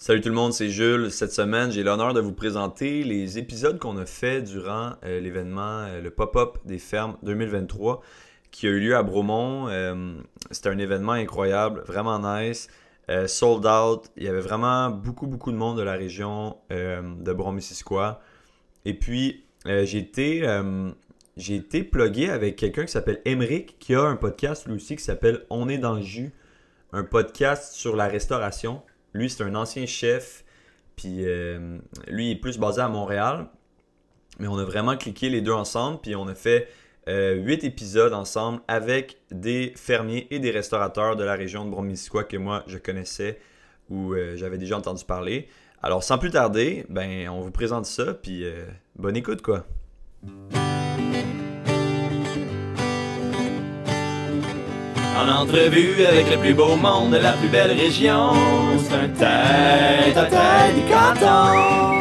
Salut tout le monde, c'est Jules. Cette semaine, j'ai l'honneur de vous présenter les épisodes qu'on a fait durant l'événement, le Pop-Up des fermes 2023 qui a eu lieu à Bromont. C'était un événement incroyable, vraiment nice, sold out. Il y avait vraiment beaucoup de monde de la région de Brome-Missisquoi. Et puis, j'ai été plugué avec quelqu'un qui s'appelle Émeric, qui a un podcast lui aussi qui s'appelle On est dans le jus, un podcast sur la restauration. Lui, c'est un ancien chef, puis lui, il est plus basé à Montréal. Mais on a vraiment cliqué les deux ensemble, puis on a fait 8 épisodes ensemble avec des fermiers et des restaurateurs de la région de Brome-Missisquoi que moi, je connaissais ou j'avais déjà entendu parler. Alors, sans plus tarder, ben, on vous présente ça, puis bonne écoute, quoi. En entrevue avec le plus beau monde de la plus belle région, c'est un tête-à-tête du canton.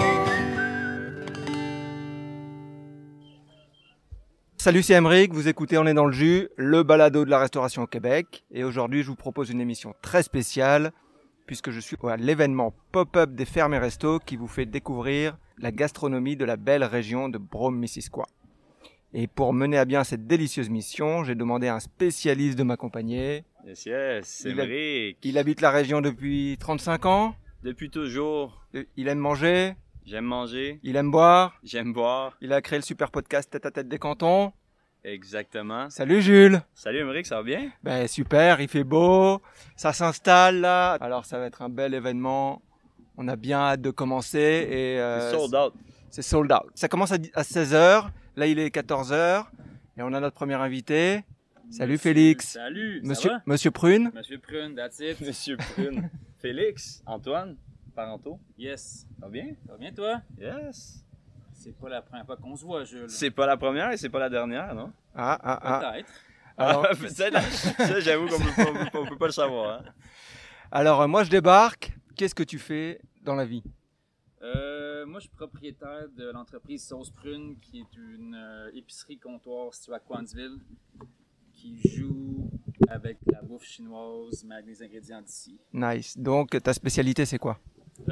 Salut, c'est Émeric, vous écoutez On est dans le jus, le balado de la restauration au Québec. Et aujourd'hui, je vous propose une émission très spéciale, puisque je suis à l'événement Pop-Up des fermes et restos qui vous fait découvrir la gastronomie de la belle région de Brome-Missisquoi. Et pour mener à bien cette délicieuse mission, j'ai demandé à un spécialiste de m'accompagner. Yes, c'est Émeric. Il habite la région depuis 35 ans. Depuis toujours, Il aime manger. j'aime manger, Il aime boire. j'aime boire. Il a créé le super podcast Tête à Tête des cantons. Exactement. Salut Jules. Salut Émeric, ça va bien? Ben super, il fait beau, ça s'installe là. Alors ça va être un bel événement. On a bien hâte de commencer et C'est sold out. c'est sold out. Ça commence à 16h, là il est 14h et on a notre premier invité. Salut Félix. Salut, Monsieur, ça va? Monsieur Prune. Monsieur Prune, that's it. Monsieur Prune. Félix, Antoine, Parenteau, Yes. ça va bien? Ça va bien, toi? Yes. C'est pas la première fois qu'on se voit, Jules. C'est pas la première et c'est pas la dernière, non? Peut-être. Alors, Peut-être, ça j'avoue qu'on peut pas le savoir. Hein? alors moi je débarque. Qu'est-ce que tu fais dans la vie? Moi, je suis propriétaire de l'entreprise Sauce Prune, qui est une épicerie comptoir située à Coansville, qui joue avec la bouffe chinoise, mais avec des ingrédients d'ici. Nice. Donc ta spécialité c'est quoi?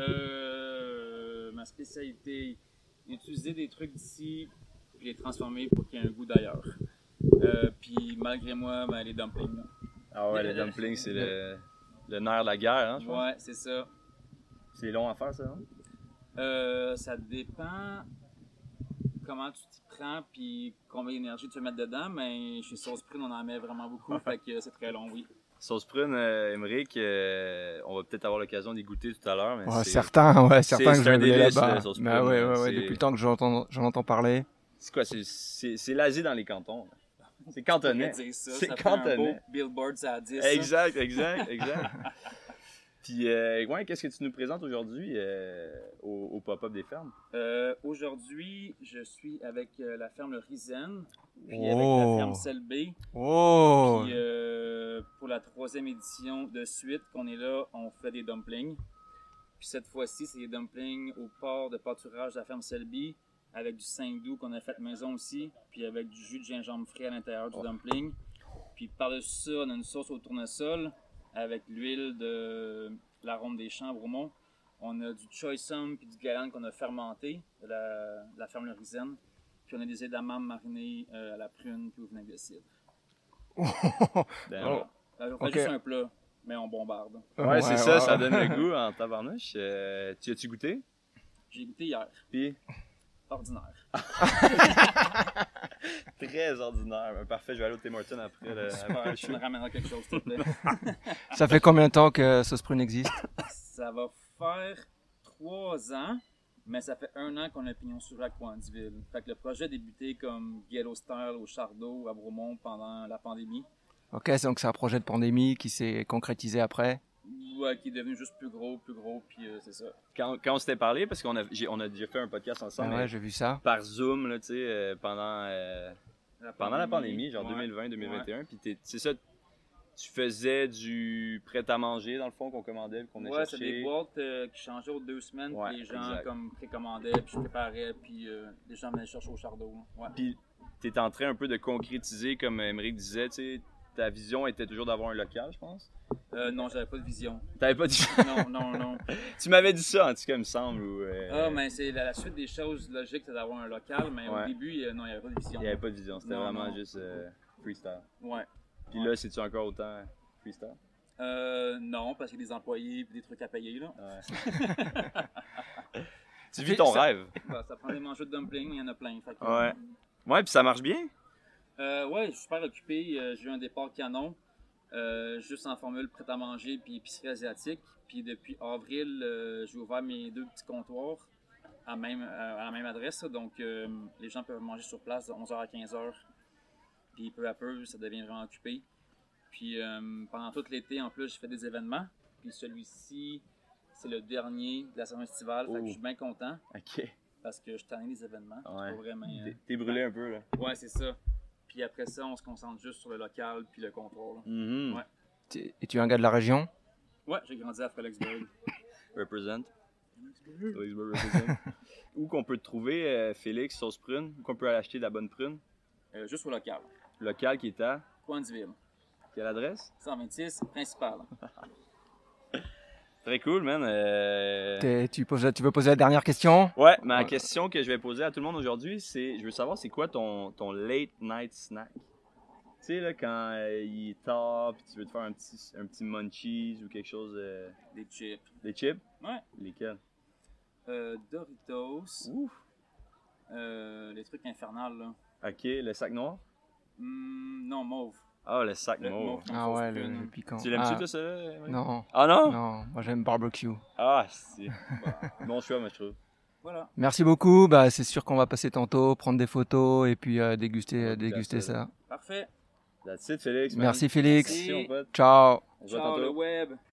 Ma spécialité, utiliser des trucs d'ici, puis les transformer pour qu'il y ait un goût d'ailleurs. Puis malgré moi, ben, les dumplings. Ah ouais, les dumplings, c'est le nerf de la guerre, hein, je pense. Ouais, c'est ça. C'est long à faire, ça, non? Ça dépend comment tu t'y prends puis combien d'énergie tu veux mettre dedans, mais chez Sauce Prune, on en met vraiment beaucoup, fait que c'est très long, oui. Sauce prune, Émeric, on va peut-être avoir l'occasion d'y goûter tout à l'heure, mais Ouais, c'est... certains que c'est je vais un aller délice, là-bas. la sauce Bah prune, ouais, c'est- depuis le temps que j'en entends parler. C'est quoi? C'est l'Asie dans les cantons. C'est cantonais. Dire ça, C'est ça fait un beau cantonais. billboard, ça a 10. ça. Exact. Puis, ouais, qu'est-ce que tu nous présentes aujourd'hui au Pop-Up des fermes? Aujourd'hui, je suis avec la ferme Le Rizen, puis Oh. avec la ferme Selby. Oh! Puis pour la 3e édition de suite qu'on est là, on fait des dumplings. Puis cette fois-ci, c'est des dumplings au port de pâturage de la ferme Selby, avec du saindoux qu'on a fait maison aussi, puis avec du jus de gingembre frais à l'intérieur du dumpling. Puis par-dessus ça, on a une sauce au tournesol avec l'huile de l'arôme des champs à Bromont. On a du choy-sum puis du galan qu'on a fermenté de la ferme Le Rizen. Puis on a des edamame marinés à la prune puis au vinaigre de cidre. Ben, On fait Ok. juste un plat, mais on bombarde. ouais, c'est ça, ça donne le goût en tabarnouche. Tu as-tu goûté? J'ai goûté hier. Puis, Ordinaire. très ordinaire. Ben, parfait, je vais aller au Tim Hortons après le Tu me ramèneras quelque chose, s'il te plaît. Ça fait combien de temps que Sauce Prune existe? Ça va faire 3 ans, mais ça fait 1 an qu'on a pignon sur rue à Coansville. Fait que le projet a débuté comme Ghetto Style au Chardot à Bromont pendant la pandémie. Ok, donc c'est un projet de pandémie qui s'est concrétisé après. Ouais, qui est devenu juste plus gros, puis c'est ça. Quand on s'était parlé, parce qu'on a déjà fait un podcast Ah ensemble, ouais, mais j'ai vu ça. par Zoom, là, tu sais, pendant la pandémie, genre ouais. 2020-2021, puis c'est ça, tu faisais du prêt-à-manger, dans le fond, qu'on commandait, qu'on a Ouais, c'est cherché. des boîtes qui changeaient aux 2 semaines, Ouais, puis les gens exact. comme précommandaient, puis je préparais, puis les gens venaient chercher au Chardot. Ouais. Puis t'es en train un peu de concrétiser, comme Émeric disait, tu sais, ta vision était toujours d'avoir un local, je pense. Non, j'avais pas de vision. T'avais pas dit Non. Tu m'avais dit ça, en tout cas, il me semble. Mais c'est la suite des choses logiques, c'est d'avoir un local, mais au début, non, il n'y avait pas de vision. Il n'y avait pas de vision, c'était vraiment juste freestyle. Ouais. Puis là, c'est-tu encore autant freestyle? Non, parce qu'il y a des employés et des trucs à payer, là. Ouais. Tu vis ton rêve. Ça prend des manchettes de dumpling, il y en a plein. Fait que, Ouais, puis ça marche bien? Ouais, je suis super occupé. J'ai eu un départ canon, juste en formule prêt à manger puis épicerie asiatique. Puis depuis avril, j'ai ouvert mes 2 petits comptoirs à la même adresse. Donc, les gens peuvent manger sur place de 11h à 15h. Puis peu à peu, ça devient vraiment occupé. Puis pendant tout l'été, en plus, je fais des événements. Puis celui-ci, c'est le dernier de la saison estivale. Fait que je suis bien content. OK. Parce que je tanne des événements. Ouais. Pas vraiment, T'es brûlé un peu, là. Ouais, c'est ça. Puis après ça, on se concentre juste sur le local puis le comptoir. Là. Mm-hmm. Ouais. Et tu es un gars de la région? Ouais, j'ai grandi à Fredericksburg. Represent. Fredericksburg represent. Où qu'on peut te trouver, Félix, sauce prune? Où qu'on peut aller acheter de la bonne prune? Juste au local. Local qui est à? Coinsville. Quelle adresse? 126, principal. Très cool, man. Tu veux poser la dernière question? Ouais, ma question que je vais poser à tout le monde aujourd'hui, c'est, je veux savoir, c'est quoi ton late night snack? Tu sais, là, quand il est tard, puis tu veux te faire un petit munchies ou quelque chose. Des chips. Des chips? Ouais. Lesquels? Doritos. Ouf! Les trucs infernales, là. Ok, le sac noir? Non, mauve. Ah, le sac Le mauve. mauve. Ah ouais, le piquant. Tu l'aimes-tu, toi, ça? Ouais? Non. Ah non? Non, moi j'aime barbecue. Ah, c'est bon choix, moi, je trouve. Voilà. Merci beaucoup. C'est sûr qu'on va passer tantôt, prendre des photos et puis déguster ça. Parfait. That's it, Félix. Man. Merci Félix. Merci, mon pote. Ciao. On se voit Ciao, tantôt. le web.